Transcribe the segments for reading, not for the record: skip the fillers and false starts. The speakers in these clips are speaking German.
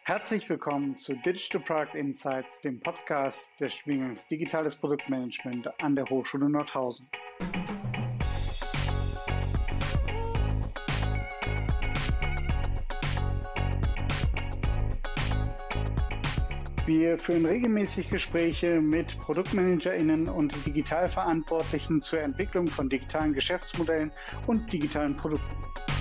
Herzlich willkommen zu Digital Product Insights, dem Podcast des Studiengangs Digitales Produktmanagement an der Hochschule Nordhausen. Wir führen regelmäßig Gespräche mit ProduktmanagerInnen und Digitalverantwortlichen zur Entwicklung von digitalen Geschäftsmodellen und digitalen Produkten.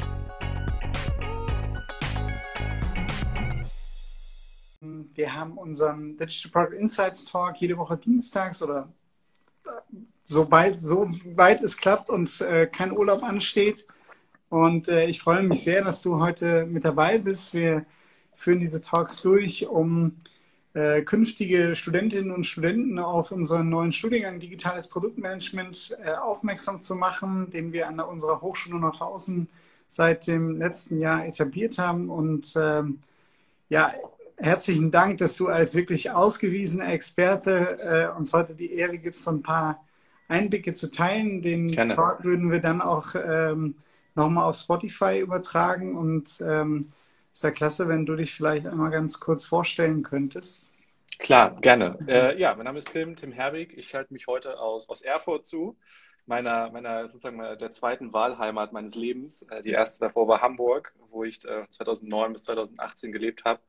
Wir haben unseren Digital Product Insights Talk jede Woche dienstags oder so weit es klappt und kein Urlaub ansteht. Und ich freue mich sehr, dass du heute mit dabei bist. Wir führen diese Talks durch, um künftige Studentinnen und Studenten auf unseren neuen Studiengang Digitales Produktmanagement aufmerksam zu machen, den wir an unserer Hochschule Nordhausen seit dem letzten Jahr etabliert haben. Und herzlichen Dank, dass du als wirklich ausgewiesener Experte uns heute die Ehre gibst, so ein paar Einblicke zu teilen. Den Gerne. Talk würden wir dann auch nochmal auf Spotify übertragen und es wäre klasse, wenn du dich vielleicht einmal ganz kurz vorstellen könntest. Klar, gerne. Mein Name ist Tim Herbig. Ich halte mich heute aus Erfurt zu, der zweiten Wahlheimat meines Lebens. Die erste davor war Hamburg, wo ich 2009 bis 2018 gelebt habe,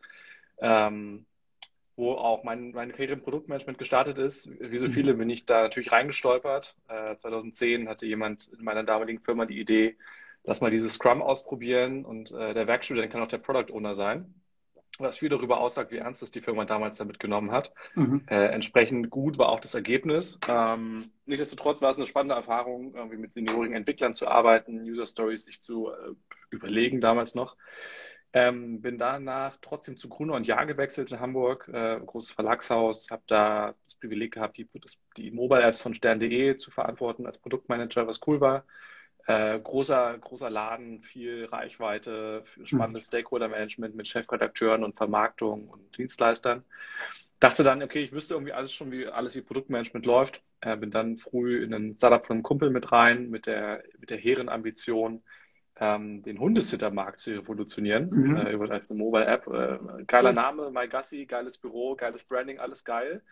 wo auch meine Karriere im Produktmanagement gestartet ist. Wie so viele bin ich da natürlich reingestolpert. 2010 hatte jemand in meiner damaligen Firma die Idee, lass mal dieses Scrum ausprobieren und der Werkstudent kann auch der Product Owner sein. Was viel darüber aussagt, wie ernst es die Firma damals damit genommen hat. Entsprechend gut war auch das Ergebnis. Nichtsdestotrotz war es eine spannende Erfahrung, irgendwie mit seniorigen Entwicklern zu arbeiten, User Stories sich zu überlegen damals noch. Bin danach trotzdem zu Gruner und Jahr gewechselt in Hamburg, großes Verlagshaus, habe da das Privileg gehabt, die Mobile Apps von stern.de zu verantworten als Produktmanager, was cool war. Großer Laden, viel Reichweite, spannendes Stakeholder-Management mit Chefredakteuren und Vermarktung und Dienstleistern. Dachte dann, okay, ich wüsste irgendwie alles schon, wie Produktmanagement läuft. Bin dann früh in ein Startup von einem Kumpel mit rein, mit der hehren Ambition, den Hundesitter-Markt zu revolutionieren, als eine Mobile-App. Geiler Name, MyGassi, geiles Büro, geiles Branding, alles geil.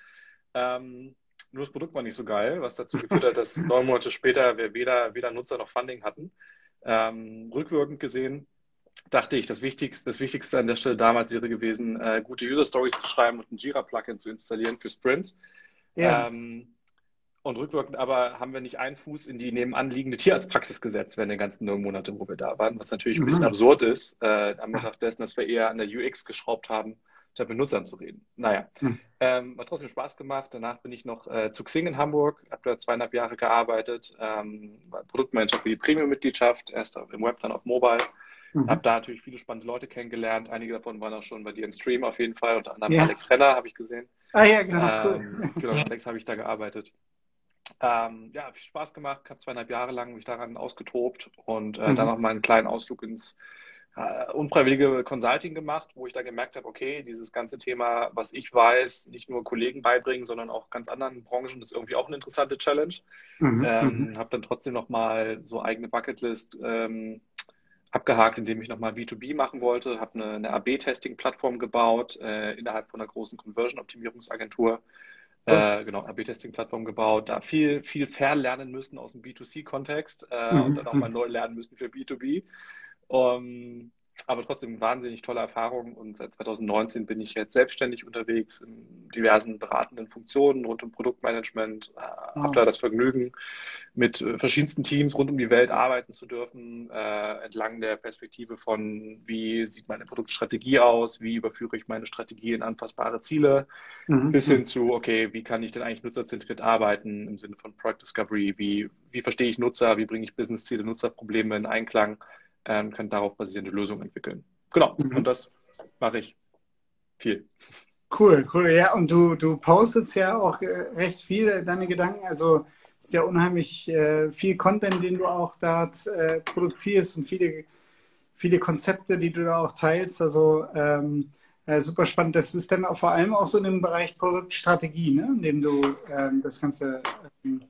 Nur das Produkt war nicht so geil, was dazu geführt hat, dass 9 Monate später wir weder Nutzer noch Funding hatten. Rückwirkend gesehen dachte ich, das Wichtigste an der Stelle damals wäre gewesen, gute User Stories zu schreiben und ein Jira-Plugin zu installieren für Sprints. Ja. Und rückwirkend aber haben wir nicht einen Fuß in die nebenan liegende Tierarztpraxis gesetzt während der ganzen 9 Monate, wo wir da waren, was natürlich ein bisschen absurd ist, am Betracht dessen, dass wir eher an der UX geschraubt haben, statt mit Nutzern zu reden. Naja, hat trotzdem Spaß gemacht. Danach bin ich noch zu Xing in Hamburg, habe da 2,5 Jahre gearbeitet, war Produktmanager für die Premium-Mitgliedschaft, erst im Web, dann auf Mobile. Habe da natürlich viele spannende Leute kennengelernt. Einige davon waren auch schon bei dir im Stream auf jeden Fall, unter anderem Alex Renner habe ich gesehen. Ah ja, genau. Cool. Genau, Alex habe ich da gearbeitet. Viel Spaß gemacht, habe 2,5 Jahre lang mich daran ausgetobt und dann noch mal einen kleinen Ausflug ins unfreiwillige Consulting gemacht, wo ich da gemerkt habe, okay, dieses ganze Thema, was ich weiß, nicht nur Kollegen beibringen, sondern auch ganz anderen Branchen, ist irgendwie auch eine interessante Challenge. Habe dann trotzdem noch mal so eigene Bucketlist abgehakt, indem ich noch mal B2B machen wollte, habe eine AB-Testing-Plattform gebaut innerhalb von einer großen Conversion-Optimierungsagentur. AB-Testing-Plattform gebaut, da viel verlernen müssen aus dem B2C-Kontext und dann auch mal neu lernen müssen für B2B. Aber trotzdem wahnsinnig tolle Erfahrung und seit 2019 bin ich jetzt selbstständig unterwegs in diversen beratenden Funktionen rund um Produktmanagement, habe da das Vergnügen, mit verschiedensten Teams rund um die Welt arbeiten zu dürfen, entlang der Perspektive von, wie sieht meine Produktstrategie aus, wie überführe ich meine Strategie in anpassbare Ziele, bis hin zu, okay, wie kann ich denn eigentlich nutzerzentriert arbeiten im Sinne von Product Discovery, wie verstehe ich Nutzer, wie bringe ich Businessziele, Nutzerprobleme in Einklang, können darauf basierende Lösungen entwickeln. Genau, und das mache ich viel. Cool. Ja, und du postest ja auch recht viel deine Gedanken. Also es ist ja unheimlich viel Content, den du auch da produzierst und viele Konzepte, die du da auch teilst. Also super spannend. Das ist dann auch vor allem auch so in dem Bereich Produktstrategie, ne? In dem du das Ganze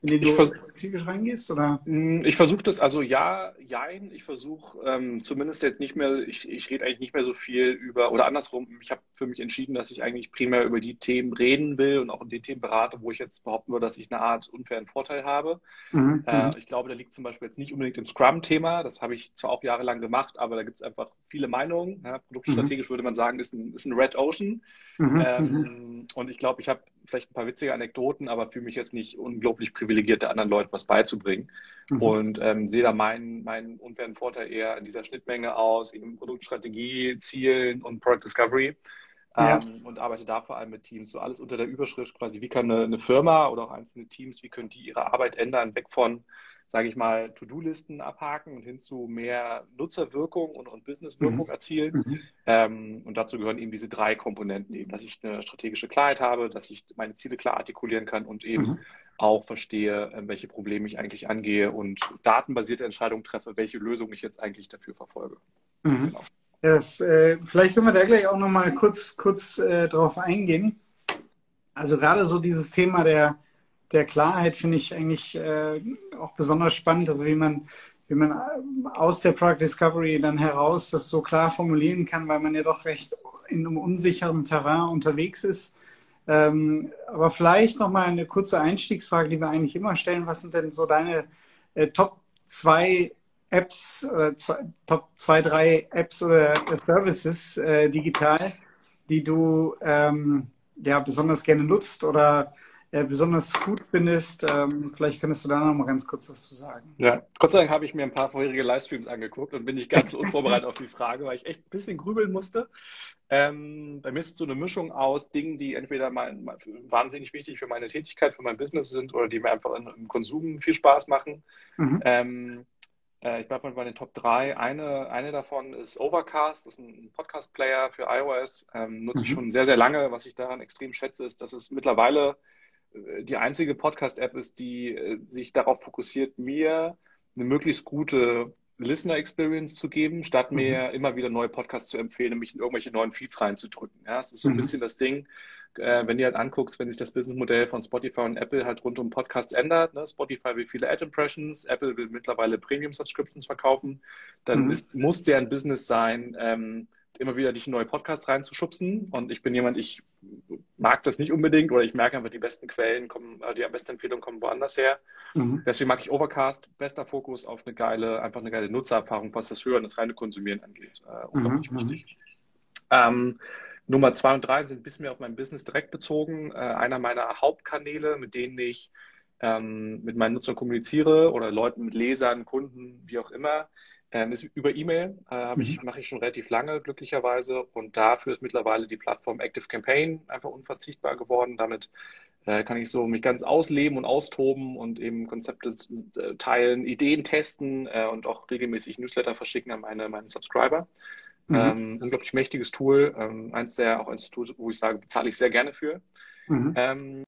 in denen Ich du vers spezifisch reingehst? Oder? Ich versuche das, also ja, jein. Ich versuche zumindest jetzt nicht mehr, ich rede eigentlich nicht mehr so viel über, oder andersrum, ich habe für mich entschieden, dass ich eigentlich primär über die Themen reden will und auch in den Themen berate, wo ich jetzt behaupten würde, dass ich eine Art unfairen Vorteil habe. Mhm, mhm, Ich glaube, da liegt zum Beispiel jetzt nicht unbedingt im Scrum-Thema. Das habe ich zwar auch jahrelang gemacht, aber da gibt es einfach viele Meinungen. Ja, mhm, produktstrategisch würde man sagen, ist ein Red Ocean. mhm, mhm, Und ich glaube, ich habe vielleicht ein paar witzige Anekdoten, aber fühle mich jetzt nicht unglaublich privilegiert, der anderen Leuten was beizubringen. mhm. Und sehe da meinen unfairen Vorteil eher in dieser Schnittmenge aus, eben Produktstrategie, Zielen und Product Discovery. Ja. Und arbeite da vor allem mit Teams. So alles unter der Überschrift quasi, wie kann eine Firma oder auch einzelne Teams, wie können die ihre Arbeit ändern, weg von, sage ich mal, To-Do-Listen abhaken und hin zu mehr Nutzerwirkung und Mhm, Businesswirkung erzielen. mhm, Und dazu gehören eben diese drei Komponenten eben, dass ich eine strategische Klarheit habe, dass ich meine Ziele klar artikulieren kann und eben mhm, auch verstehe, welche Probleme ich eigentlich angehe und datenbasierte Entscheidungen treffe, welche Lösung ich jetzt eigentlich dafür verfolge. mhm. Genau. Ja, vielleicht können wir da gleich auch noch mal kurz drauf eingehen. Also gerade so dieses Thema der Klarheit finde ich eigentlich auch besonders spannend. Also wie man aus der Product Discovery dann heraus das so klar formulieren kann, weil man ja doch recht in einem unsicheren Terrain unterwegs ist. Aber vielleicht noch mal eine kurze Einstiegsfrage, die wir eigentlich immer stellen. Was sind denn so deine Top 2 Apps oder Top 2, 3 Apps oder Services digital, die du ja, besonders gerne nutzt oder besonders gut findest? Vielleicht könntest du da noch mal ganz kurz was zu sagen. Ja, Gott sei Dank habe ich mir ein paar vorherige Livestreams angeguckt und bin nicht ganz so unvorbereitet auf die Frage, weil ich echt ein bisschen grübeln musste. Bei mir ist es so eine Mischung aus Dingen, die entweder wahnsinnig wichtig für meine Tätigkeit, für mein Business sind oder die mir einfach im Konsum viel Spaß machen. Mhm. Ähm, Ich bleibe mal bei den Top 3. Eine davon ist Overcast, das ist ein Podcast-Player für iOS. Nutze ich Mhm. schon sehr, sehr lange. Was ich daran extrem schätze, ist, dass es mittlerweile die einzige Podcast-App ist, die sich darauf fokussiert, mir eine möglichst gute Listener-Experience zu geben, statt Mhm. mir immer wieder neue Podcasts zu empfehlen und mich in irgendwelche neuen Feeds reinzudrücken. Ja, es ist so ein Mhm. bisschen das Ding, wenn du halt anguckst, wenn sich das Businessmodell von Spotify und Apple halt rund um Podcasts ändert, ne? Spotify will viele Ad-Impressions, Apple will mittlerweile Premium-Subscriptions verkaufen, dann Mhm. muss deren Business sein, immer wieder dich in neue Podcasts reinzuschubsen. Und ich bin jemand, ich mag das nicht unbedingt oder ich merke einfach, die besten Quellen kommen, die am besten Empfehlungen kommen woanders her. Mhm. Deswegen mag ich Overcast, bester Fokus auf einfach eine geile Nutzererfahrung, was das Hören, das reine Konsumieren angeht. Mhm. Unglaublich Mhm. wichtig. Ähm, Nummer 2 und 3 sind ein bisschen mehr auf mein Business direkt bezogen. Einer meiner Hauptkanäle, mit denen ich mit meinen Nutzern kommuniziere oder Leuten, mit Lesern, Kunden, wie auch immer, ist über E-Mail. Mhm. Mache ich schon relativ lange, glücklicherweise. Und dafür ist mittlerweile die Plattform Active Campaign einfach unverzichtbar geworden. Damit kann ich so mich ganz ausleben und austoben und eben Konzepte teilen, Ideen testen und auch regelmäßig Newsletter verschicken an meine Subscriber. Mhm. Unglaublich mächtiges Tool, auch eins Tool, wo ich sage, bezahle ich sehr gerne für. Mhm. Ähm,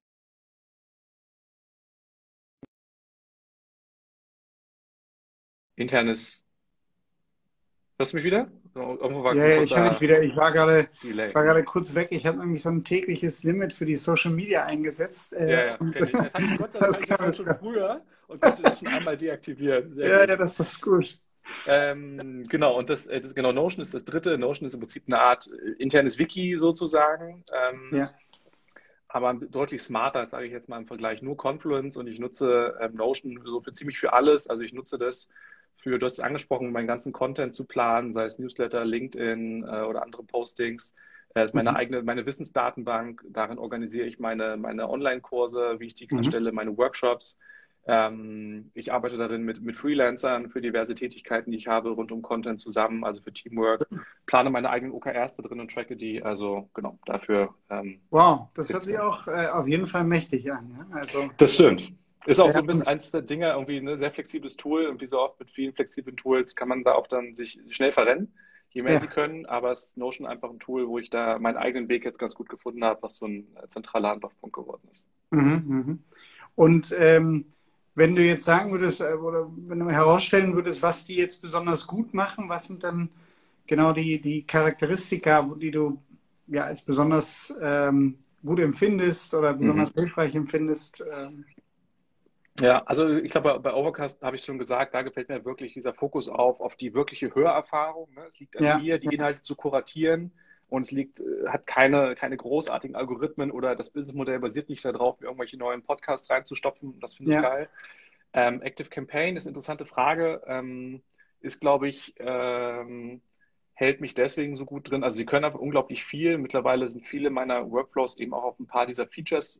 internes, hörst du mich wieder? Irgendwo war Ja, ein ja, ich höre dich kurzer wieder. Ich Delay. war gerade kurz weg. Ich habe nämlich so ein tägliches Limit für die Social Media eingesetzt. Ja, ja, Und kenne ich. Das hatte ich, Gott sei Dank das hatte ich das kam heute jetzt schon grad. früher und konnte das schon einmal deaktivieren. Sehr Ja, ja, gut. das ist gut. Genau, und genau, Notion ist das dritte. Notion ist im Prinzip eine Art internes Wiki sozusagen. Ja. Aber deutlich smarter, sage ich jetzt mal im Vergleich. Nur Confluence und ich nutze Notion so für ziemlich für alles. Also ich nutze das für, du hast es angesprochen, meinen ganzen Content zu planen, sei es Newsletter, LinkedIn oder andere Postings. Das ist Mhm. meine Wissensdatenbank. Darin organisiere ich meine Online-Kurse, wie ich die Mhm. erstelle, meine Workshops. Ich arbeite darin mit Freelancern für diverse Tätigkeiten, die ich habe, rund um Content zusammen, also für Teamwork. Plane meine eigenen OKRs da drin und tracke die. Also genau, dafür Wow, das hört gibt's sich da. auch auf jeden Fall mächtig an. Ja? Also, Das stimmt. Ist auch so ja, ein bisschen eins der Dinge, irgendwie ein sehr flexibles Tool und wie so oft mit vielen flexiblen Tools kann man da auch dann sich schnell verrennen, je mehr sie ja. können. Aber es ist Notion einfach ein Tool, wo ich da meinen eigenen Weg jetzt ganz gut gefunden habe, was so ein zentraler Anlaufpunkt geworden ist. Mhm. Mhm. Und wenn du jetzt sagen würdest, oder wenn du herausstellen würdest, was die jetzt besonders gut machen, was sind dann genau die Charakteristika, die du ja als besonders gut empfindest oder besonders Mhm. hilfreich empfindest? Ja, also ich glaube, bei Overcast habe ich schon gesagt, da gefällt mir wirklich dieser Fokus auf die wirkliche Hörerfahrung. Ne? Es liegt an Ja, dir, die ja, Inhalte zu kuratieren und es hat keine großartigen Algorithmen oder das Businessmodell basiert nicht darauf, mir irgendwelche neuen Podcasts reinzustopfen. Das finde ich ja. geil. Active Campaign ist eine interessante Frage. Ist, glaube ich, hält mich deswegen so gut drin. Also sie können einfach unglaublich viel. Mittlerweile sind viele meiner Workflows eben auch auf ein paar dieser Features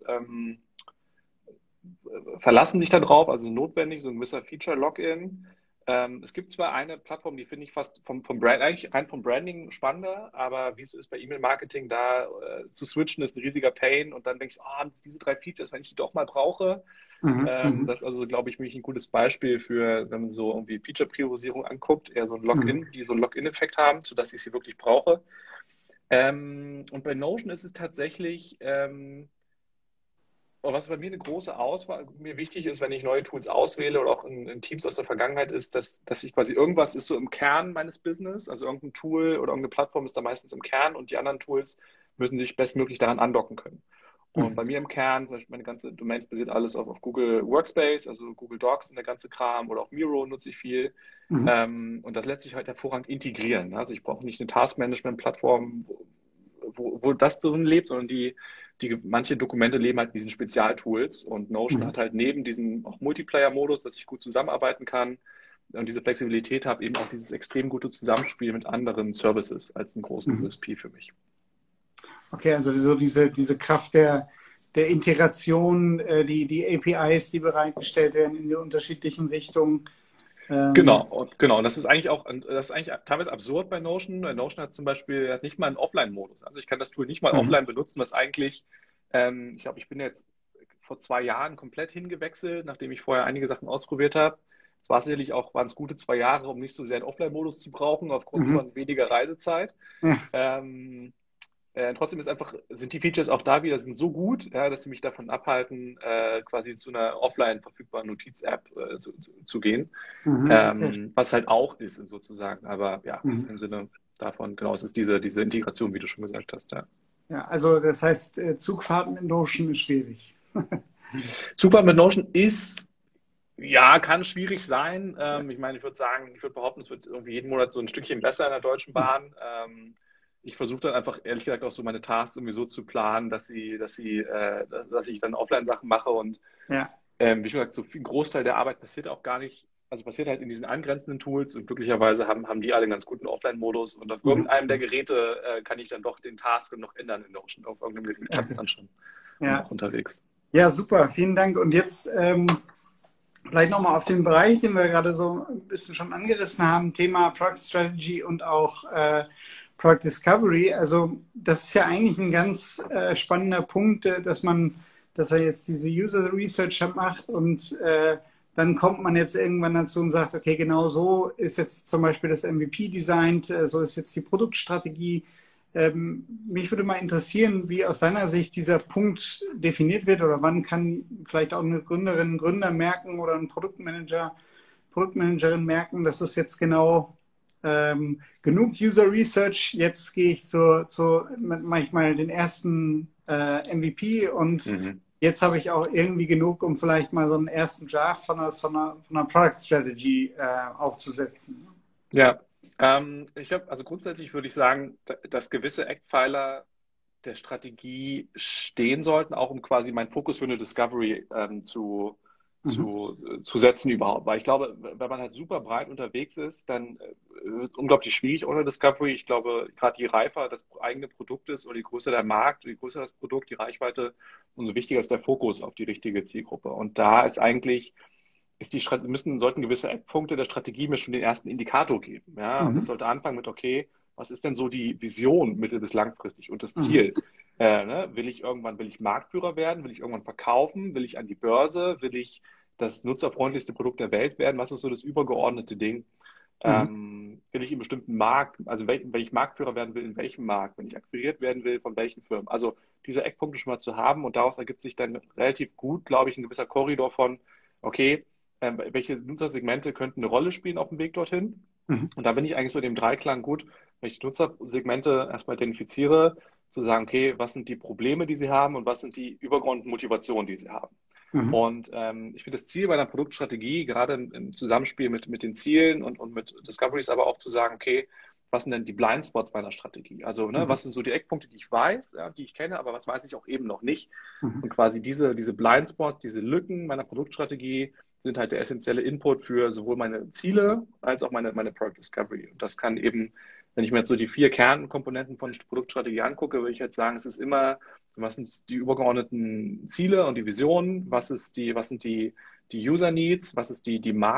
verlassen sich da drauf, also notwendig, so ein gewisser Feature-Login. Es gibt zwar eine Plattform, die finde ich fast vom Brand, eigentlich rein vom Branding spannender, aber wie es so ist bei E-Mail-Marketing, da zu switchen ist ein riesiger Pain und dann denke ich, diese 3 Features, wenn ich die doch mal brauche. Mhm, mhm, Das ist also, glaube ich, wirklich ein gutes Beispiel für, wenn man so irgendwie Feature-Priorisierung anguckt, eher so ein mhm, Login, die so einen Login-Effekt haben, sodass ich sie wirklich brauche. Und bei Notion ist es tatsächlich, aber was bei mir eine große Auswahl, mir wichtig ist, wenn ich neue Tools auswähle oder auch in Teams aus der Vergangenheit, ist, dass ich quasi irgendwas ist so im Kern meines Business, also irgendein Tool oder irgendeine Plattform ist da meistens im Kern und die anderen Tools müssen sich bestmöglich daran andocken können. Und mhm, bei mir im Kern, zum Beispiel meine ganze Domains basiert alles auf Google Workspace, also Google Docs und der ganze Kram oder auch Miro nutze ich viel. mhm, Und das lässt sich halt hervorragend integrieren. Also ich brauche nicht eine Taskmanagement-Plattform, wo das drin lebt, sondern manche Dokumente leben halt in diesen Spezialtools und Notion mhm, hat halt neben diesem auch Multiplayer-Modus, dass ich gut zusammenarbeiten kann und diese Flexibilität habe, eben auch dieses extrem gute Zusammenspiel mit anderen Services als einen großen mhm. USP für mich. Okay, also so diese Kraft der Integration, die APIs, die bereitgestellt werden in die unterschiedlichen Richtungen. Ähm, Genau. Und das ist eigentlich teilweise absurd bei Notion. Notion hat zum Beispiel hat nicht mal einen Offline-Modus. Also ich kann das Tool nicht mal mhm, offline benutzen, was eigentlich, ich glaube, ich bin jetzt vor 2 Jahren komplett hingewechselt, nachdem ich vorher einige Sachen ausprobiert habe. Es war sicherlich auch, waren es gute 2 Jahre, um nicht so sehr einen Offline-Modus zu brauchen, aufgrund mhm, von weniger Reisezeit. ja, Ähm, trotzdem sind die Features auch da wieder sind so gut, ja, dass sie mich davon abhalten, quasi zu einer offline verfügbaren Notiz-App zu gehen. mhm, okay. Was halt auch ist, sozusagen. Aber ja, Mhm. im Sinne davon, genau, es ist diese Integration, wie du schon gesagt hast. Ja. Ja, also das heißt, Zugfahrten in Notion ist schwierig. Super mit Notion ja, kann schwierig sein. Ich meine, ich würde behaupten, es wird irgendwie jeden Monat so ein Stückchen besser in der Deutschen Bahn. Ich versuche dann einfach, ehrlich gesagt, auch so meine Tasks irgendwie so zu planen, dass ich dann Offline-Sachen mache und Ja. wie schon gesagt, so viel Großteil der Arbeit passiert auch gar nicht, also passiert halt in diesen angrenzenden Tools und glücklicherweise haben die alle einen ganz guten Offline-Modus und auf Mhm. irgendeinem der Geräte kann ich dann doch den Task noch ändern in Notion. Auf irgendeinem Gerät klappt es Okay. dann schon und Ja. auch unterwegs. Ja, super, vielen Dank. Und jetzt vielleicht nochmal auf den Bereich, den wir gerade so ein bisschen schon angerissen haben, Thema Product Strategy und auch Product Discovery. Also das ist ja eigentlich ein ganz spannender Punkt, dass er jetzt diese User Research macht und dann kommt man jetzt irgendwann dazu und sagt, okay, genau so ist jetzt zum Beispiel das MVP designt, so ist jetzt die Produktstrategie. Mich würde mal interessieren, wie aus deiner Sicht dieser Punkt definiert wird oder wann kann vielleicht auch eine Gründerin, Gründer merken oder ein Produktmanager, Produktmanagerin merken, dass es jetzt genau genug User Research, jetzt gehe ich manchmal den ersten MVP und Mhm. jetzt habe ich auch irgendwie genug, um vielleicht mal so einen ersten Draft von einer Product Strategy aufzusetzen. Ja, ich glaube, also grundsätzlich würde ich sagen, dass gewisse Eckpfeiler der Strategie stehen sollten, auch um quasi meinen Fokus für eine Discovery Mhm. zu setzen überhaupt. Weil ich glaube, wenn man halt super breit unterwegs ist, dann wird es unglaublich schwierig ohne Discovery. Ich glaube, gerade je reifer das eigene Produkt ist oder je größer der Markt, je größer das Produkt, die Reichweite, umso wichtiger ist der Fokus auf die richtige Zielgruppe. Und da ist eigentlich sollten gewisse Eckpunkte der Strategie mir schon den ersten Indikator geben. Ja, und das Mhm. sollte anfangen mit, okay, was ist denn so die Vision mittel- bis langfristig und das Mhm. Ziel? Will ich Marktführer werden? Will ich irgendwann verkaufen? Will ich an die Börse? Will ich das nutzerfreundlichste Produkt der Welt werden? Was ist so das übergeordnete Ding? Mhm. Will ich im bestimmten Markt, also wenn ich Marktführer werden will, in welchem Markt? Wenn ich akquiriert werden will, von welchen Firmen? Also diese Eckpunkte schon mal zu haben und daraus ergibt sich dann relativ gut, glaube ich, ein gewisser Korridor von, okay, welche Nutzersegmente könnten eine Rolle spielen auf dem Weg dorthin? Mhm. Und da bin ich eigentlich so in dem Dreiklang gut, wenn ich die Nutzersegmente erstmal identifiziere, zu sagen, okay, was sind die Probleme, die sie haben und was sind die übergeordneten Motivationen, die sie haben? Mhm. Und ich finde das Ziel bei einer Produktstrategie, gerade im Zusammenspiel mit den Zielen und mit Discoveries, aber auch zu sagen, okay, was sind denn die Blindspots bei einer Strategie? Also, ne, Mhm. was sind so die Eckpunkte, die ich weiß, ja, die ich kenne, aber was weiß ich auch eben noch nicht? Mhm. Und quasi diese Blindspots, diese Lücken meiner Produktstrategie sind halt der essentielle Input für sowohl meine Ziele als auch meine Product Discovery. Und das kann eben, wenn ich mir jetzt so die 4 Kernkomponenten von Produktstrategie angucke, würde ich jetzt sagen, es ist immer, was sind die übergeordneten Ziele und die Visionen, was sind die User Needs, was ist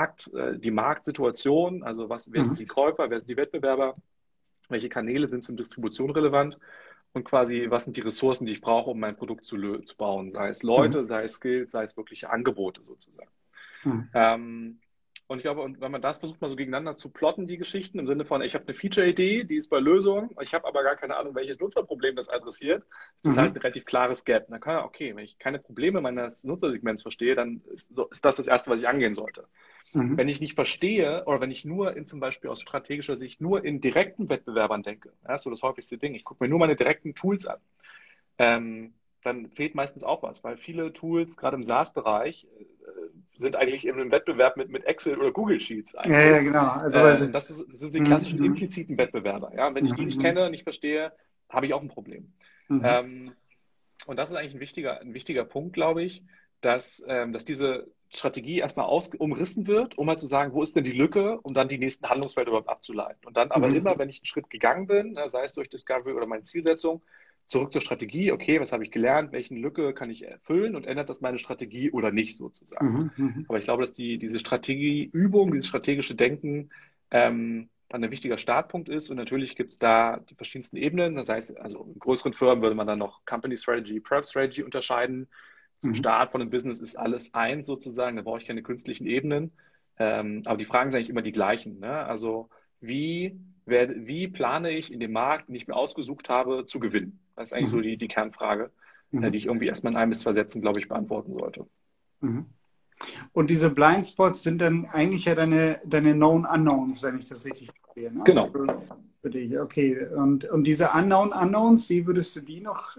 die Marktsituation, also wer sind die Mhm. Käufer, wer sind die Wettbewerber, welche Kanäle sind zur Distribution relevant und quasi, was sind die Ressourcen, die ich brauche, um mein Produkt zu bauen, sei es Mhm. Leute, sei es Skills, sei es wirkliche Angebote sozusagen. Mhm. Ähm, und ich glaube, und wenn man das versucht, mal so gegeneinander zu plotten, die Geschichten, im Sinne von, ich habe eine Feature-Idee, die ist bei Lösung, ich habe aber gar keine Ahnung, welches Nutzerproblem das adressiert, ist das halt Mhm. ein relativ klares Gap. Dann kann man, okay, wenn ich keine Probleme meines Nutzersegments verstehe, dann ist das Erste, was ich angehen sollte. Mhm. Wenn ich nicht verstehe oder wenn ich nur zum Beispiel aus strategischer Sicht nur in direkten Wettbewerbern denke, ja, so das häufigste Ding, ich gucke mir nur meine direkten Tools an, ähm, dann fehlt meistens auch was, weil viele Tools, gerade im SaaS-Bereich, sind eigentlich in einem Wettbewerb mit Excel oder Google Sheets Ja, ja, eigentlich. genau. Also, weil Und sie. das sind die klassischen Mhm. impliziten Wettbewerber. Ja? Wenn ich die nicht Mhm. kenne, nicht verstehe, habe ich auch ein Problem. Mhm. Ähm, und das ist eigentlich ein wichtiger Punkt, glaube ich, dass diese Strategie erstmal umrissen wird, um halt zu sagen, wo ist denn die Lücke, um dann die nächsten Handlungsfelder überhaupt abzuleiten. Und dann aber Mhm. immer, wenn ich einen Schritt gegangen bin, sei es durch Discovery oder meine Zielsetzung, zurück zur Strategie, okay, was habe ich gelernt, welche Lücke kann ich erfüllen und ändert das meine Strategie oder nicht sozusagen. Mhm. Mhm. Aber ich glaube, dass diese Strategieübung, dieses strategische Denken dann ein wichtiger Startpunkt ist. Und natürlich gibt es da die verschiedensten Ebenen. Das heißt, also in größeren Firmen würde man dann noch Company Strategy, Product Strategy unterscheiden. Zum Mhm. Start von einem Business ist alles eins sozusagen. Da brauche ich keine künstlichen Ebenen. Aber die Fragen sind eigentlich immer die gleichen. Ne? Also wie plane ich in dem Markt, den ich mir ausgesucht habe, zu gewinnen? Das ist eigentlich so Mhm. die Kernfrage, die Mhm. ich irgendwie erstmal in 1 bis 2 Sätzen, glaube ich, beantworten sollte. Mhm. Und diese Blindspots sind dann eigentlich ja deine Known Unknowns, wenn ich das richtig verstehe. Ne? Genau. Also für dich, okay. Und diese Unknown Unknowns, wie würdest du die noch,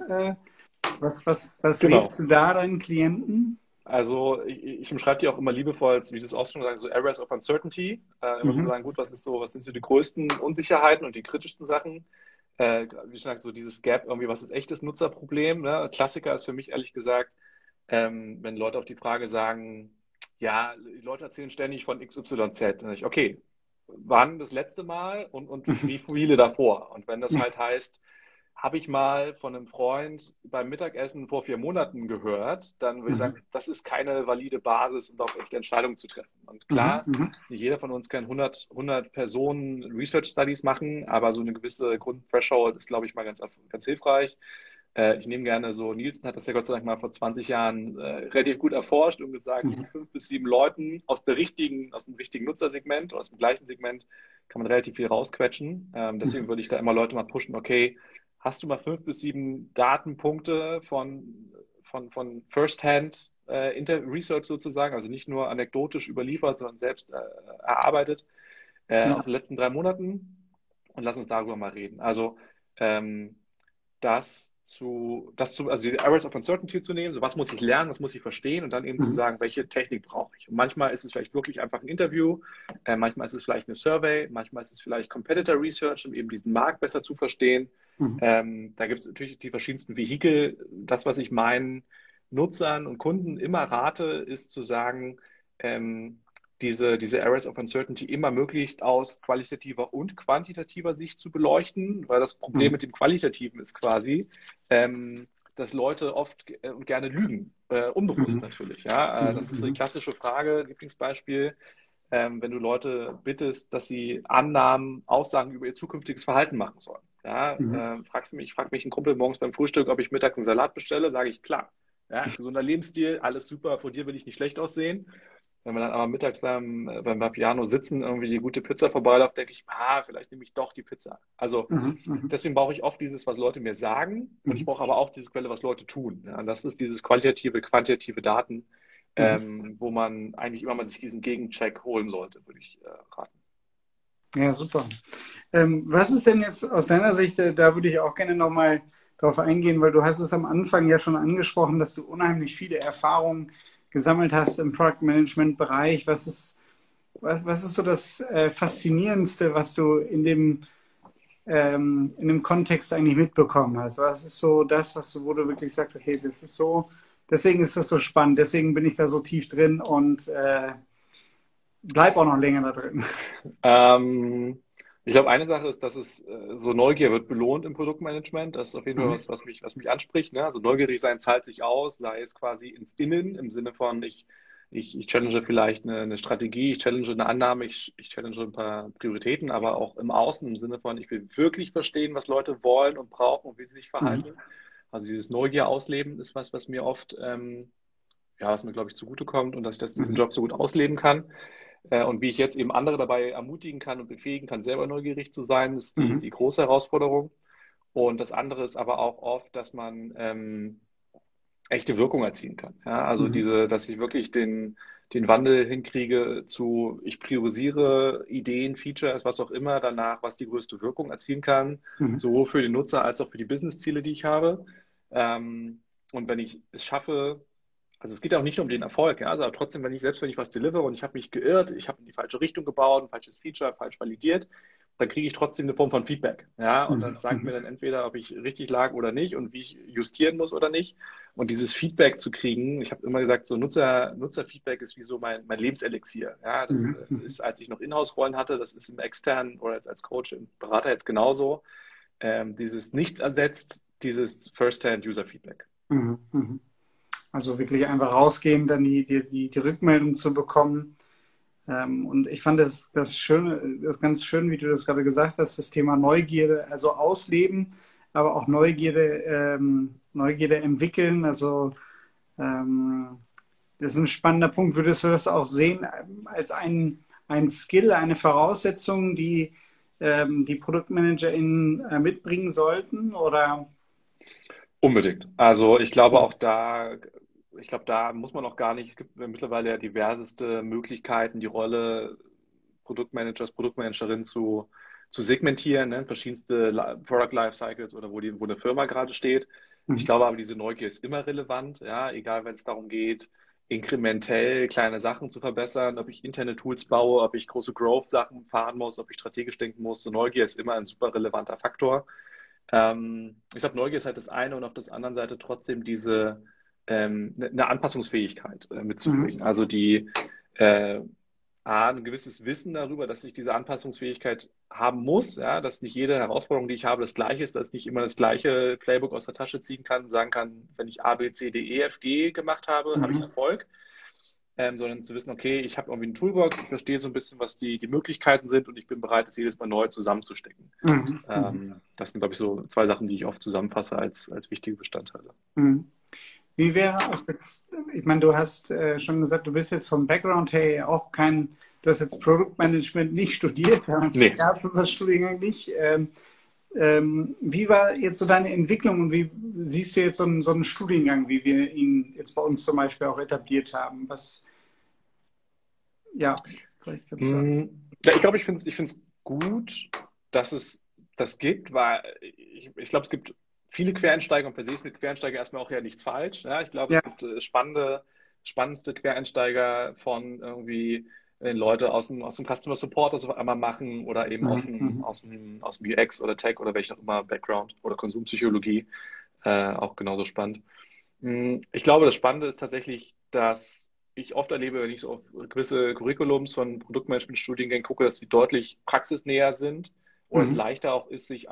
was Genau. rätst du da deinen Klienten? Also ich umschreibe die auch immer liebevoll, wie du es auch schon sagst, so Areas of Uncertainty. Immer zu Mhm. sagen, gut, was sind so die größten Unsicherheiten und die kritischsten Sachen? Wie schon gesagt, so dieses Gap, irgendwie, was ist echtes Nutzerproblem? Ne? Klassiker ist für mich ehrlich gesagt, wenn Leute auf die Frage sagen, ja, die Leute erzählen ständig von XYZ. Dann sag ich, okay, wann das letzte Mal und wie viele davor? Und wenn das halt heißt, habe ich mal von einem Freund beim Mittagessen vor 4 Monaten gehört, dann würde ich Mhm. sagen, das ist keine valide Basis, um auch echte Entscheidungen zu treffen. Und Mhm. klar, Mhm. nicht jeder von uns kann 100 Personen Research Studies machen, aber so eine gewisse Grundthreshold ist, glaube ich, mal ganz hilfreich. Ich nehme gerne so, Nielsen hat das ja Gott sei Dank mal vor 20 Jahren relativ gut erforscht und gesagt, so Mhm. mit 5 bis 7 Leuten aus dem richtigen Nutzersegment oder aus dem gleichen Segment kann man relativ viel rausquetschen. Deswegen Mhm. würde ich da immer Leute mal pushen, okay, hast du mal 5 bis 7 Datenpunkte von First-Hand Research sozusagen, also nicht nur anekdotisch überliefert, sondern selbst erarbeitet Ja. aus den letzten 3 Monaten und lass uns darüber mal reden. Also ähm, also die Areas of Uncertainty zu nehmen, so was muss ich lernen, was muss ich verstehen und dann eben zu Mhm. sagen, welche Technik brauche ich. Und manchmal ist es vielleicht wirklich einfach ein Interview, manchmal ist es vielleicht eine Survey, manchmal ist es vielleicht Competitor Research, um eben diesen Markt besser zu verstehen. Mhm. Da gibt es natürlich die verschiedensten Vehikel. Das, was ich meinen Nutzern und Kunden immer rate, ist zu sagen, ähm, diese Areas of Uncertainty immer möglichst aus qualitativer und quantitativer Sicht zu beleuchten, weil das Problem Mhm. mit dem Qualitativen ist quasi, dass Leute oft und gerne lügen, unbewusst Mhm. natürlich. Ja? Das ist so die Mhm. klassische Frage, Lieblingsbeispiel, wenn du Leute bittest, dass sie Annahmen, Aussagen über ihr zukünftiges Verhalten machen sollen. Ja? Mhm. Fragt mich ein Kumpel morgens beim Frühstück, ob ich mittags einen Salat bestelle, sage ich klar. Ja, gesunder Lebensstil, alles super, vor dir will ich nicht schlecht aussehen. Wenn wir dann aber mittags beim Vapiano sitzen, irgendwie die gute Pizza vorbeiläuft, denke ich, vielleicht nehme ich doch die Pizza. Also Mhm. Mhm. deswegen brauche ich oft dieses, was Leute mir sagen und ich Mhm. brauche aber auch diese Quelle, was Leute tun. Ja, und das ist dieses qualitative, quantitative Daten, Mhm. wo man eigentlich immer mal sich diesen Gegencheck holen sollte, würde ich raten. Ja, super. Was ist denn jetzt aus deiner Sicht, da würde ich auch gerne nochmal drauf eingehen, weil du hast es am Anfang ja schon angesprochen, dass du unheimlich viele Erfahrungen gesammelt hast im Product Management Bereich. Was ist so das Faszinierendste, was du in dem Kontext eigentlich mitbekommen hast? Was ist so das, wo du wirklich sagst, okay, das ist so, deswegen ist das so spannend, deswegen bin ich da so tief drin und bleib auch noch länger da drin. Ich glaube, eine Sache ist, dass es so Neugier wird belohnt im Produktmanagement. Das ist auf jeden Fall Mhm. was mich anspricht. Ne? Also neugierig sein zahlt sich aus, sei es quasi ins Innen im Sinne von ich challenge vielleicht eine Strategie, ich challenge eine Annahme, ich challenge ein paar Prioritäten, aber auch im Außen im Sinne von, ich will wirklich verstehen, was Leute wollen und brauchen und wie sie sich verhalten. Mhm. Also dieses Neugier ausleben ist was mir oft, ja, was mir, glaube ich, zugutekommt und dass ich diesen Mhm. Job so gut ausleben kann. Und wie ich jetzt eben andere dabei ermutigen kann und befähigen kann, selber neugierig zu sein, ist die Mhm. große Herausforderung. Und das andere ist aber auch oft, dass man echte Wirkung erzielen kann. Ja, also Mhm. dass ich wirklich den Wandel hinkriege zu, ich priorisiere Ideen, Features, was auch immer danach, was die größte Wirkung erzielen kann, Mhm. sowohl für den Nutzer als auch für die Business-Ziele, die ich habe. Und wenn ich es schaffe, also es geht auch nicht nur um den Erfolg, ja, also aber trotzdem, selbst wenn ich was delivere und ich habe mich geirrt, ich habe in die falsche Richtung gebaut, ein falsches Feature, falsch validiert, dann kriege ich trotzdem eine Form von Feedback, ja, und das sagt mir Mhm. dann entweder, ob ich richtig lag oder nicht und wie ich justieren muss oder nicht. Und dieses Feedback zu kriegen, ich habe immer gesagt, so Nutzerfeedback ist wie so mein Lebenselixier. Ja, das Mhm. Mhm. ist, als ich noch Inhouse-Rollen hatte, das ist im externen oder als Coach, im Berater jetzt genauso. Dieses Nichts ersetzt, dieses First-Hand-User-Feedback. Mhm. Mhm. Also wirklich einfach rausgehen, dann die Rückmeldung zu bekommen. Und ich fand das Schöne, das ganz schön, wie du das gerade gesagt hast, das Thema Neugierde, also ausleben, aber auch Neugierde entwickeln. Also ähm, das ist ein spannender Punkt. Würdest du das auch sehen als ein Skill, eine Voraussetzung, die ProduktmanagerInnen mitbringen sollten? Oder? Unbedingt. Also ich glaube, da muss man auch gar nicht, es gibt mittlerweile ja diverseste Möglichkeiten, die Rolle Produktmanagers, Produktmanagerin zu segmentieren, ne? Verschiedenste Product Lifecycles oder wo eine Firma gerade steht. Ich Mhm. glaube aber, diese Neugier ist immer relevant, ja, egal wenn es darum geht, inkrementell kleine Sachen zu verbessern, ob ich interne Tools baue, ob ich große Growth-Sachen fahren muss, ob ich strategisch denken muss. So Neugier ist immer ein super relevanter Faktor. Ich glaube, Neugier ist halt das eine und auf der anderen Seite trotzdem eine Anpassungsfähigkeit Mhm. mitzubringen. Also äh, ein gewisses Wissen darüber, dass ich diese Anpassungsfähigkeit haben muss, ja, dass nicht jede Herausforderung, die ich habe, das gleiche ist, dass ich nicht immer das gleiche Playbook aus der Tasche ziehen kann und sagen kann, wenn ich A, B, C, D, E, F, G gemacht habe, habe ich Mhm. Erfolg. Sondern zu wissen, okay, ich habe irgendwie eine Toolbox, ich verstehe so ein bisschen, was die Möglichkeiten sind und ich bin bereit, das jedes Mal neu zusammenzustecken. Mhm. Mhm. Das sind, glaube ich, so zwei Sachen, die ich oft zusammenfasse als wichtige Bestandteile. Mhm. Wie wäre auch jetzt, ich meine, du hast schon gesagt, du bist jetzt vom Background her auch du hast jetzt Produktmanagement nicht studiert, damals Nee, gab es das Studiengang nicht. Wie war jetzt so deine Entwicklung und wie siehst du jetzt so einen Studiengang, wie wir ihn jetzt bei uns zum Beispiel auch etabliert haben? Ja, vielleicht kannst du. mm, ja, ich glaube, ich finde es gut, dass es das gibt, weil ich glaube, es gibt viele Quereinsteiger und per se ist mit Quereinsteiger erstmal auch ja nichts falsch. Ja, ich glaube, Ja. es gibt spannendste Quereinsteiger von irgendwie Leute aus dem Customer Support das auf einmal machen oder eben Mhm. Mhm. aus dem UX oder Tech oder welchen auch immer Background oder Konsumpsychologie auch genauso spannend. Ich glaube, das Spannende ist tatsächlich, dass ich oft erlebe, wenn ich so auf gewisse Curriculums von Produktmanagement-Studiengängen gucke, dass sie deutlich praxisnäher sind oder es Mhm. leichter auch ist, sich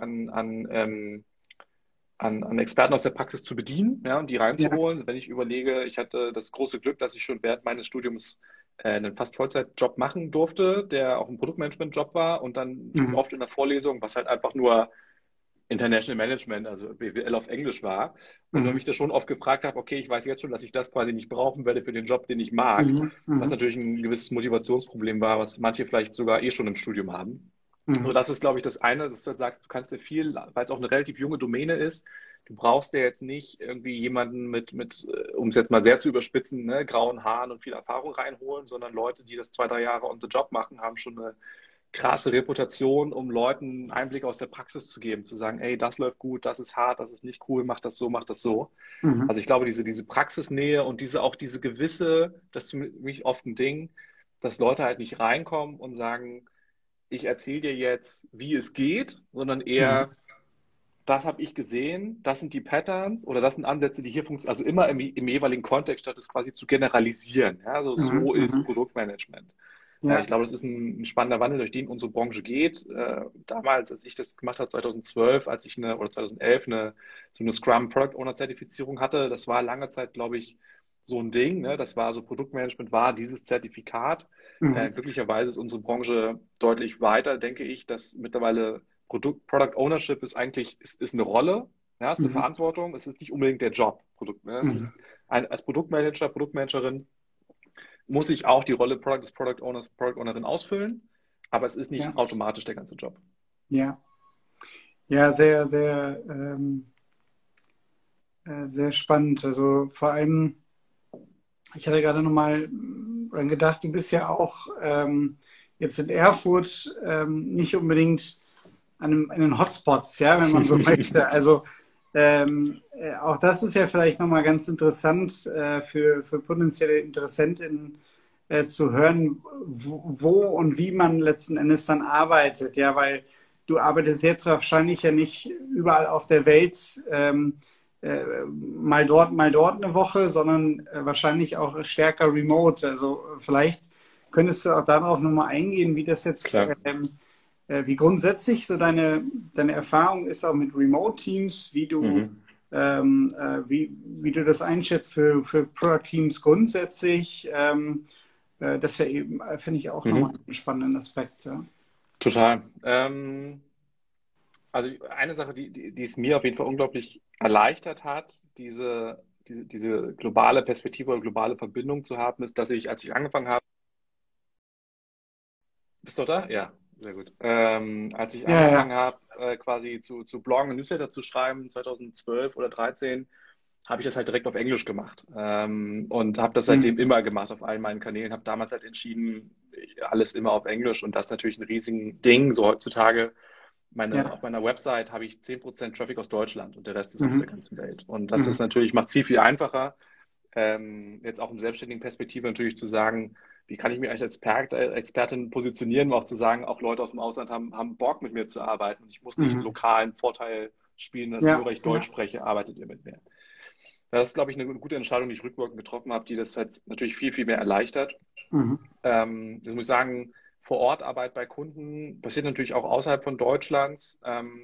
an Experten aus der Praxis zu bedienen, ja, und die Ja. reinzuholen. Wenn ich überlege, ich hatte das große Glück, dass ich schon während meines Studiums einen fast Vollzeitjob machen durfte, der auch ein Produktmanagement-Job war und dann lief Mhm. oft in der Vorlesung, was halt einfach nur International Management, also BWL auf Englisch war. Und wenn Mhm. mich da schon oft gefragt habe, okay, ich weiß jetzt schon, dass ich das quasi nicht brauchen werde für den Job, den ich mag, Mhm. was Mhm. natürlich ein gewisses Motivationsproblem war, was manche vielleicht sogar eh schon im Studium haben. So, Mhm. das ist, glaube ich, das eine, dass du halt sagst, du kannst dir viel, weil es auch eine relativ junge Domäne ist, du brauchst ja jetzt nicht irgendwie jemanden um es jetzt mal sehr zu überspitzen, ne, grauen Haaren und viel Erfahrung reinholen, sondern Leute, die das 2, 3 Jahre on the job machen, haben schon eine krasse Reputation, um Leuten einen Einblick aus der Praxis zu geben, zu sagen, ey, das läuft gut, das ist hart, das ist nicht cool, mach das so, mach das so. Mhm. Also ich glaube, diese Praxisnähe und auch diese gewisse, das ist für mich oft ein Ding, dass Leute halt nicht reinkommen und sagen, ich erzähle dir jetzt, wie es geht, sondern Mhm. eher, das habe ich gesehen, das sind die Patterns oder das sind Ansätze, die hier funktionieren. Also immer im jeweiligen Kontext, statt es quasi zu generalisieren. Ja, also Mhm. so ist Mhm. Produktmanagement. Ich Ja. glaube, das ist ein spannender Wandel, durch den unsere Branche geht. Damals, als ich das gemacht habe, 2012, oder 2011 so eine Scrum Product Owner Zertifizierung hatte, das war lange Zeit, glaube ich, so ein Ding. Ne? Das war so, Produktmanagement war dieses Zertifikat. Mhm. Glücklicherweise ist unsere Branche deutlich weiter, denke ich, dass mittlerweile Product Ownership ist eine Rolle, ja, ist eine Mhm. Verantwortung, es ist nicht unbedingt der Job. Ne? Es Mhm. ist als Produktmanager, Produktmanagerin muss ich auch die Rolle des Product Owners, Product Ownerin ausfüllen, aber es ist Ja. nicht automatisch der ganze Job. Ja. Ja, sehr, sehr, sehr spannend. Also vor allem, ich hatte gerade nochmal dran gedacht, du bist ja auch jetzt in Erfurt nicht unbedingt an den Hotspots, ja, wenn man so möchte. Also auch das ist ja vielleicht nochmal ganz interessant für potenzielle Interessentinnen zu hören, wo und wie man letzten Endes dann arbeitet. Ja, weil du arbeitest jetzt wahrscheinlich ja nicht überall auf der Welt, mal dort eine Woche, sondern wahrscheinlich auch stärker remote. Also vielleicht könntest du auch darauf nochmal eingehen, wie das jetzt Klar. wie grundsätzlich so deine Erfahrung ist auch mit Remote-Teams, Mhm. wie du das einschätzt für Product-Teams grundsätzlich. Das wäre eben, finde ich auch nochmal Mhm. einen spannenden Aspekt. Ja. Total. Also eine Sache, die es mir auf jeden Fall unglaublich erleichtert hat, diese globale Perspektive oder globale Verbindung zu haben, ist, dass als ich angefangen habe, bist du da? Ja, sehr gut. Als ich Ja, angefangen ja. habe, quasi zu bloggen und Newsletter zu schreiben, 2012 oder 2013, habe ich das halt direkt auf Englisch gemacht. Und habe das seitdem Mhm. immer gemacht auf all meinen Kanälen. Habe damals halt entschieden, alles immer auf Englisch. Und das ist natürlich ein riesiges Ding. So heutzutage, auf Ja. meiner Website habe ich 10% Traffic aus Deutschland und der Rest ist aus der Mhm. ganzen Welt. Und das ist Mhm. natürlich, macht es viel, viel einfacher, jetzt auch in selbstständigen Perspektive natürlich zu sagen, wie kann ich mich als Expertin positionieren, um auch zu sagen, auch Leute aus dem Ausland haben Bock mit mir zu arbeiten. Und ich muss nicht einen Mhm. lokalen Vorteil spielen, dass nur Ja, weil ich Deutsch ja. spreche, arbeitet ihr mit mir. Das ist, glaube ich, eine gute Entscheidung, die ich rückwirkend getroffen habe, die das jetzt natürlich viel, viel mehr erleichtert. Mhm. Das muss ich sagen, Vor-Ort-Arbeit bei Kunden passiert natürlich auch außerhalb von Deutschlands.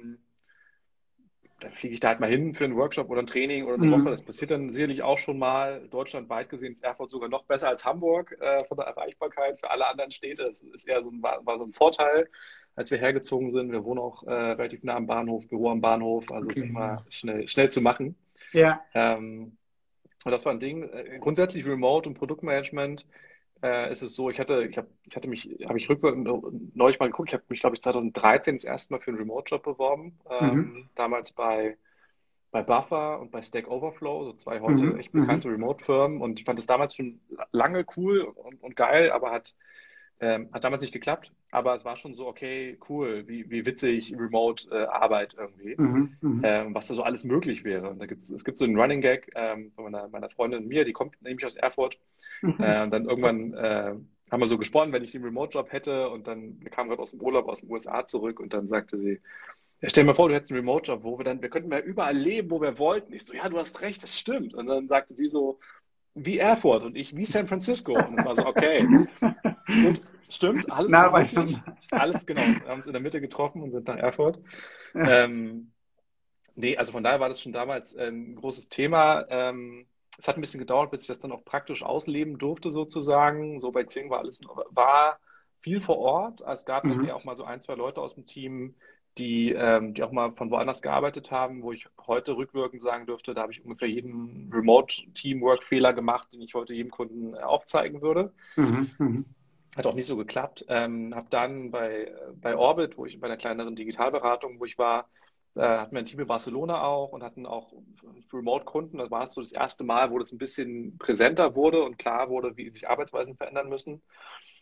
Da fliege ich da halt mal hin für einen Workshop oder ein Training oder eine Woche. Mhm. Das passiert dann sicherlich auch schon mal. Deutschlandweit gesehen ist Erfurt sogar noch besser als Hamburg von der Erreichbarkeit für alle anderen Städte. Das ist eher war so ein Vorteil, als wir hergezogen sind. Wir wohnen auch relativ nah am Bahnhof, Büro am Bahnhof. Also ist Okay. immer schnell zu machen. Ja. Ähm, und das war ein Ding. Grundsätzlich Remote und Produktmanagement ist es so, habe ich rückwirkend neulich mal geguckt, ich habe mich, glaube ich, 2013 das erste Mal für einen Remote-Job beworben. Mhm. Damals bei Buffer und bei Stack Overflow, so zwei heute Mhm. echt Mhm. bekannte Remote-Firmen. Und ich fand das damals schon lange cool und geil, aber hat damals nicht geklappt. Aber es war schon so, okay, cool, wie witzig Remote-Arbeit irgendwie. Mhm. Mhm. Was da so alles möglich wäre. Und es gibt so einen Running Gag von meiner Freundin und mir, die kommt nämlich aus Erfurt. Mhm. Und dann irgendwann haben wir so gesprochen, wenn ich den Remote-Job hätte und dann wir kamen gerade aus dem Urlaub aus den USA zurück und dann sagte sie, ja, stell dir mal vor, du hättest einen Remote-Job, wir könnten ja überall leben, wo wir wollten. Ich so, ja, du hast recht, das stimmt. Und dann sagte sie so, wie Erfurt und ich wie San Francisco. Und es war so, okay, gut, stimmt, alles Nah ist möglich. beieinander. Alles, genau. Wir haben uns in der Mitte getroffen und sind nach Erfurt. Ähm, Nee, also von daher war das schon damals ein großes Thema. Es hat ein bisschen gedauert, bis ich das dann auch praktisch ausleben durfte, sozusagen. So bei Xing war viel vor Ort. Es gab dann Mhm. eher auch mal so ein, zwei Leute aus dem Team, die auch mal von woanders gearbeitet haben, wo ich heute rückwirkend sagen dürfte, da habe ich ungefähr jeden Remote-Teamwork-Fehler gemacht, den ich heute jedem Kunden aufzeigen würde. Mhm. Mhm. Hat auch nicht so geklappt. Habe dann bei Orbit, wo ich bei einer kleineren Digitalberatung, wo ich war, hatten wir ein Team in Barcelona auch und hatten auch Remote-Kunden. Das war es so das erste Mal, wo das ein bisschen präsenter wurde und klar wurde, wie sich Arbeitsweisen verändern müssen.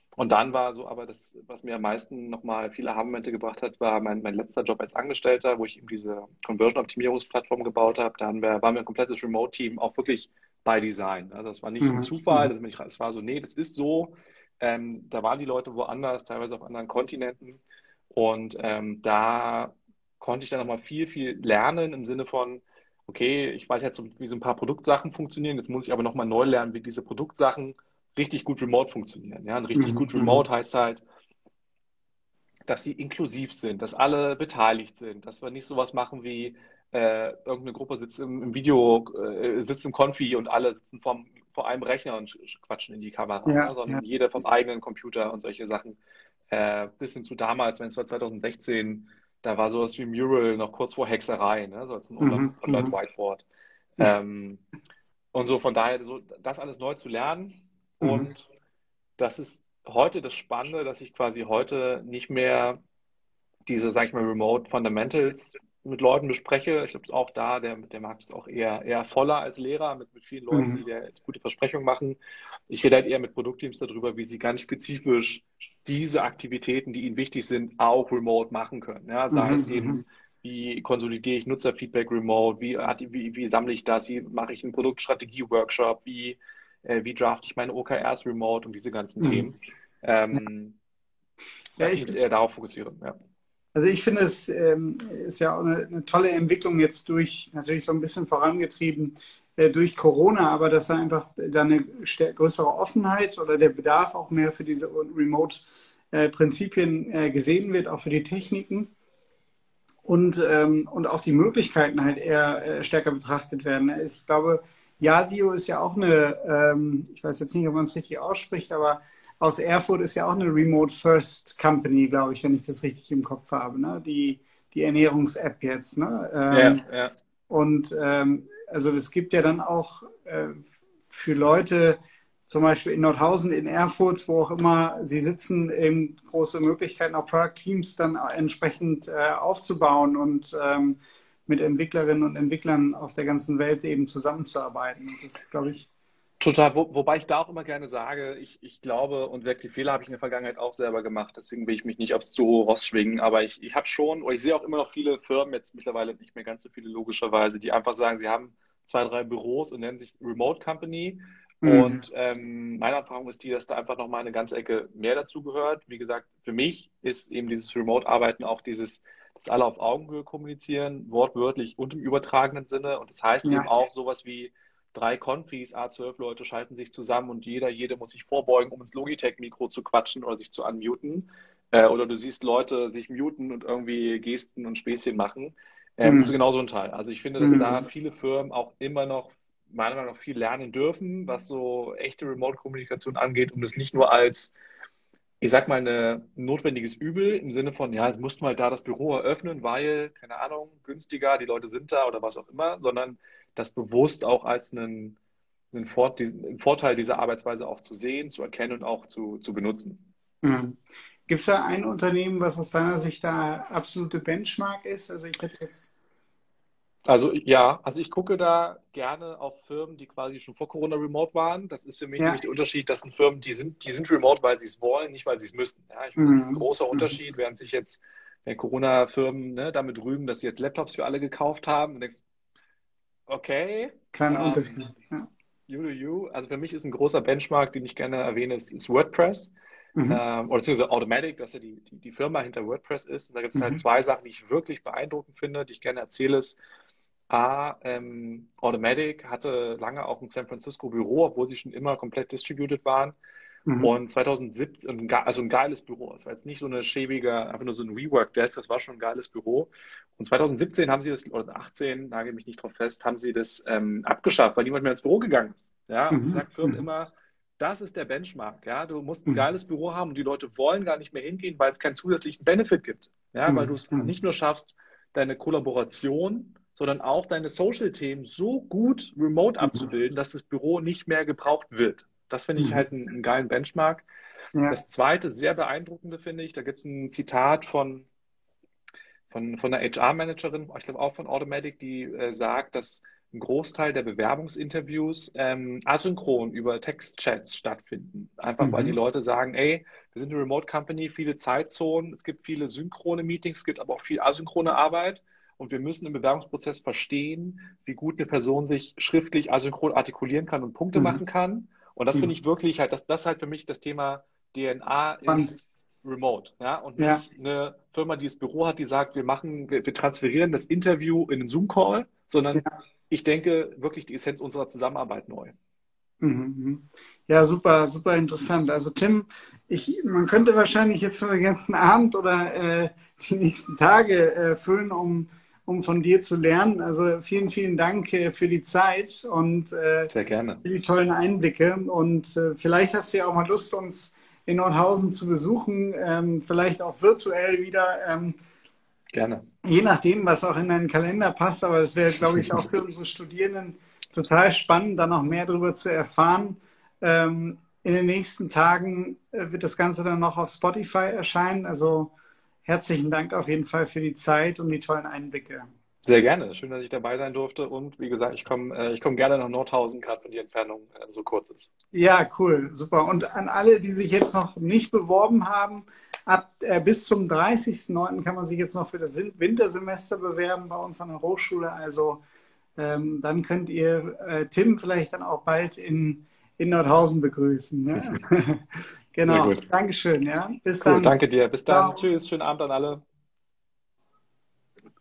Und dann war so, aber das, was mir am meisten nochmal viele Aha-Momente gebracht hat, war mein letzter Job als Angestellter, wo ich eben diese Conversion-Optimierungsplattform gebaut habe. Waren wir ein komplettes Remote-Team, auch wirklich by Design. Also das war nicht ein Mhm. Zufall, es war so, nee, das ist so. Da waren die Leute woanders, teilweise auf anderen Kontinenten. Und da konnte ich dann nochmal viel, viel lernen im Sinne von, okay, ich weiß jetzt, wie so ein paar Produktsachen funktionieren, jetzt muss ich aber nochmal neu lernen, wie diese Produktsachen richtig gut remote funktionieren. Ja, und richtig Mhm. gut Mhm. remote heißt halt, dass sie inklusiv sind, dass alle beteiligt sind, dass wir nicht sowas machen wie irgendeine Gruppe sitzt im Video, sitzt im Konfi und alle sitzen vor einem Rechner und quatschen in die Kamera, Ja, ja. sondern jeder vom eigenen Computer und solche Sachen. Bis hin zu damals, wenn es war 2016, da war sowas wie Mural noch kurz vor Hexerei, ne? So als ein Mhm. Mhm. Online-Whiteboard. Ähm, und so von daher, so, das alles neu zu lernen Mhm. und das ist heute das Spannende, dass ich quasi heute nicht mehr diese, sag ich mal, Remote Fundamentals mit Leuten bespreche. Ich glaube, es ist auch da, der Markt ist auch eher voller als leerer mit vielen Leuten, Mhm. die da jetzt gute Versprechungen machen. Ich rede halt eher mit Produktteams darüber, wie sie ganz spezifisch diese Aktivitäten, die ihnen wichtig sind, auch remote machen können. Ja, sei es Mhm. eben, Mhm. wie konsolidiere ich Nutzerfeedback remote, wie sammle ich das, wie mache ich einen Produktstrategie-Workshop, wie drafte ich meine OKRs remote und diese ganzen Mhm. Themen. Ja, Ähm, ja, dass ich mich eher darauf fokussiere. Ja. also ich finde, es ist ja auch eine tolle Entwicklung jetzt durch, natürlich so ein bisschen vorangetrieben durch Corona, aber dass da einfach da eine größere Offenheit oder der Bedarf auch mehr für diese Remote-Prinzipien gesehen wird, auch für die Techniken und auch die Möglichkeiten halt eher stärker betrachtet werden. Ich glaube, Yasio ist ja auch ich weiß jetzt nicht, ob man es richtig ausspricht, aber aus Erfurt ist ja auch eine Remote First Company, glaube ich, wenn ich das richtig im Kopf habe, ne? Die Ernährungs-App jetzt, ne? Ja, ja. Also es gibt ja dann auch für Leute, zum Beispiel in Nordhausen, in Erfurt, wo auch immer sie sitzen, eben große Möglichkeiten, auch Product Teams dann entsprechend aufzubauen und mit Entwicklerinnen und Entwicklern auf der ganzen Welt eben zusammenzuarbeiten. Und das ist, glaube ich, Total, wobei ich da auch immer gerne sage, ich glaube, und wirklich Fehler habe ich in der Vergangenheit auch selber gemacht, deswegen will ich mich nicht aufs zu hohe Ross schwingen, aber ich habe schon, oder ich sehe auch immer noch viele Firmen, jetzt mittlerweile nicht mehr ganz so viele logischerweise, die einfach sagen, sie haben zwei, drei Büros und nennen sich Remote Company. mhm. Und meine Erfahrung ist die, dass da einfach nochmal eine ganze Ecke mehr dazu gehört. Wie gesagt, für mich ist eben dieses Remote-Arbeiten auch dass alle auf Augenhöhe kommunizieren, wortwörtlich und im übertragenen Sinne. Und das heißt eben Ja. auch sowas wie drei Konfis, A12 Leute schalten sich zusammen und jede muss sich vorbeugen, um ins Logitech-Mikro zu quatschen oder sich zu unmuten. Oder du siehst Leute sich muten und irgendwie Gesten und Späßchen machen. Das ist Mhm. genau so ein Teil. Also ich finde, dass da Mhm. viele Firmen auch immer noch, meiner Meinung nach, viel lernen dürfen, was so echte Remote-Kommunikation angeht, um das nicht nur als, ich sag mal, ein notwendiges Übel im Sinne von, ja, jetzt mussten wir halt da das Büro eröffnen, weil, keine Ahnung, günstiger, die Leute sind da oder was auch immer, sondern das bewusst auch als einen Vorteil dieser Arbeitsweise auch zu sehen, zu erkennen und auch zu benutzen. Mhm. Gibt es da ein Unternehmen, was aus deiner Sicht da absolute Benchmark ist? Also ich hätte jetzt, Also ja, also ich gucke da gerne auf Firmen, die quasi schon vor Corona remote waren. Das ist für mich ja. nämlich der Unterschied, das sind Firmen, die sind remote, weil sie es wollen, nicht weil sie es müssen. Ja, ich finde, das ist ein Mhm. großer Mhm. Unterschied, während sich jetzt Corona-Firmen damit rühmen, dass sie jetzt Laptops für alle gekauft haben. Und denkst, okay, Kleiner ähm, Unterschied. Ja. you do you. Also für mich ist ein großer Benchmark, den ich gerne erwähne, ist WordPress. Mhm. Oder beziehungsweise Automatic, dass ja die Firma hinter WordPress ist. Und da gibt es halt Mhm. zwei Sachen, die ich wirklich beeindruckend finde, die ich gerne erzähle. Ist, Automatic hatte lange auch ein San Francisco Büro, obwohl sie schon immer komplett distributed waren. Mhm. Und 2017, also ein geiles Büro. Es war jetzt nicht so eine schäbige, einfach nur so ein Rework-Desk, das war schon ein geiles Büro. Und 2017 haben sie das, oder 18, nagel mich nicht drauf fest, haben sie das abgeschafft, weil niemand mehr ins Büro gegangen ist. Ja, und ich Mhm. sage Firmen Mhm. immer, das ist der Benchmark. Ja, du musst ein Mhm. geiles Büro haben und die Leute wollen gar nicht mehr hingehen, weil es keinen zusätzlichen Benefit gibt. Ja, weil du Mhm. es Mhm. nicht nur schaffst, deine Kollaboration, sondern auch deine Social-Themen so gut remote Mhm. abzubilden, dass das Büro nicht mehr gebraucht wird. Das finde ich Mhm. halt einen geilen Benchmark. Ja. Das zweite, sehr beeindruckende, finde ich, da gibt es ein Zitat von einer HR-Managerin, ich glaube auch von Automatic, die sagt, dass ein Großteil der Bewerbungsinterviews asynchron über Textchats stattfinden. Einfach weil die Mhm. Leute sagen, ey, wir sind eine Remote Company, viele Zeitzonen, es gibt viele synchrone Meetings, es gibt aber auch viel asynchrone Arbeit. Und wir müssen im Bewerbungsprozess verstehen, wie gut eine Person sich schriftlich asynchron artikulieren kann und Punkte Mhm. machen kann. Und das finde Mhm. ich wirklich halt, das halt für mich das Thema DNA Spannend. ist Remote, ja, und Ja, nicht eine Firma, die das Büro hat, die sagt, wir transferieren das Interview in einen Zoom-Call, sondern ja. ich denke wirklich die Essenz unserer Zusammenarbeit neu. Mhm. Mhm. Ja, super, super interessant. Also Tim, man könnte wahrscheinlich jetzt so den ganzen Abend oder die nächsten Tage füllen, um von dir zu lernen. Also vielen, vielen Dank für die Zeit und Sehr gerne. für die tollen Einblicke. Und vielleicht hast du ja auch mal Lust, uns in Nordhausen zu besuchen, vielleicht auch virtuell wieder. Gerne. Je nachdem, was auch in deinen Kalender passt, aber das wäre, glaube ich, auch für unsere Studierenden total spannend, da noch mehr darüber zu erfahren. In den nächsten Tagen wird das Ganze dann noch auf Spotify erscheinen. Also herzlichen Dank auf jeden Fall für die Zeit und die tollen Einblicke. Sehr gerne. Schön, dass ich dabei sein durfte. Und wie gesagt, ich komm gerne nach Nordhausen, gerade wenn die Entfernung so kurz ist. Ja, cool, super. Und an alle, die sich jetzt noch nicht beworben haben, bis zum 30.09. kann man sich jetzt noch für das Wintersemester bewerben bei uns an der Hochschule. Also dann könnt ihr Tim vielleicht dann auch bald in Nordhausen begrüßen. Ne? Sehr Genau. gut. Dankeschön, ja. Bis Cool. dann. Danke dir. Bis dann. Ciao. Tschüss. Schönen Abend an alle.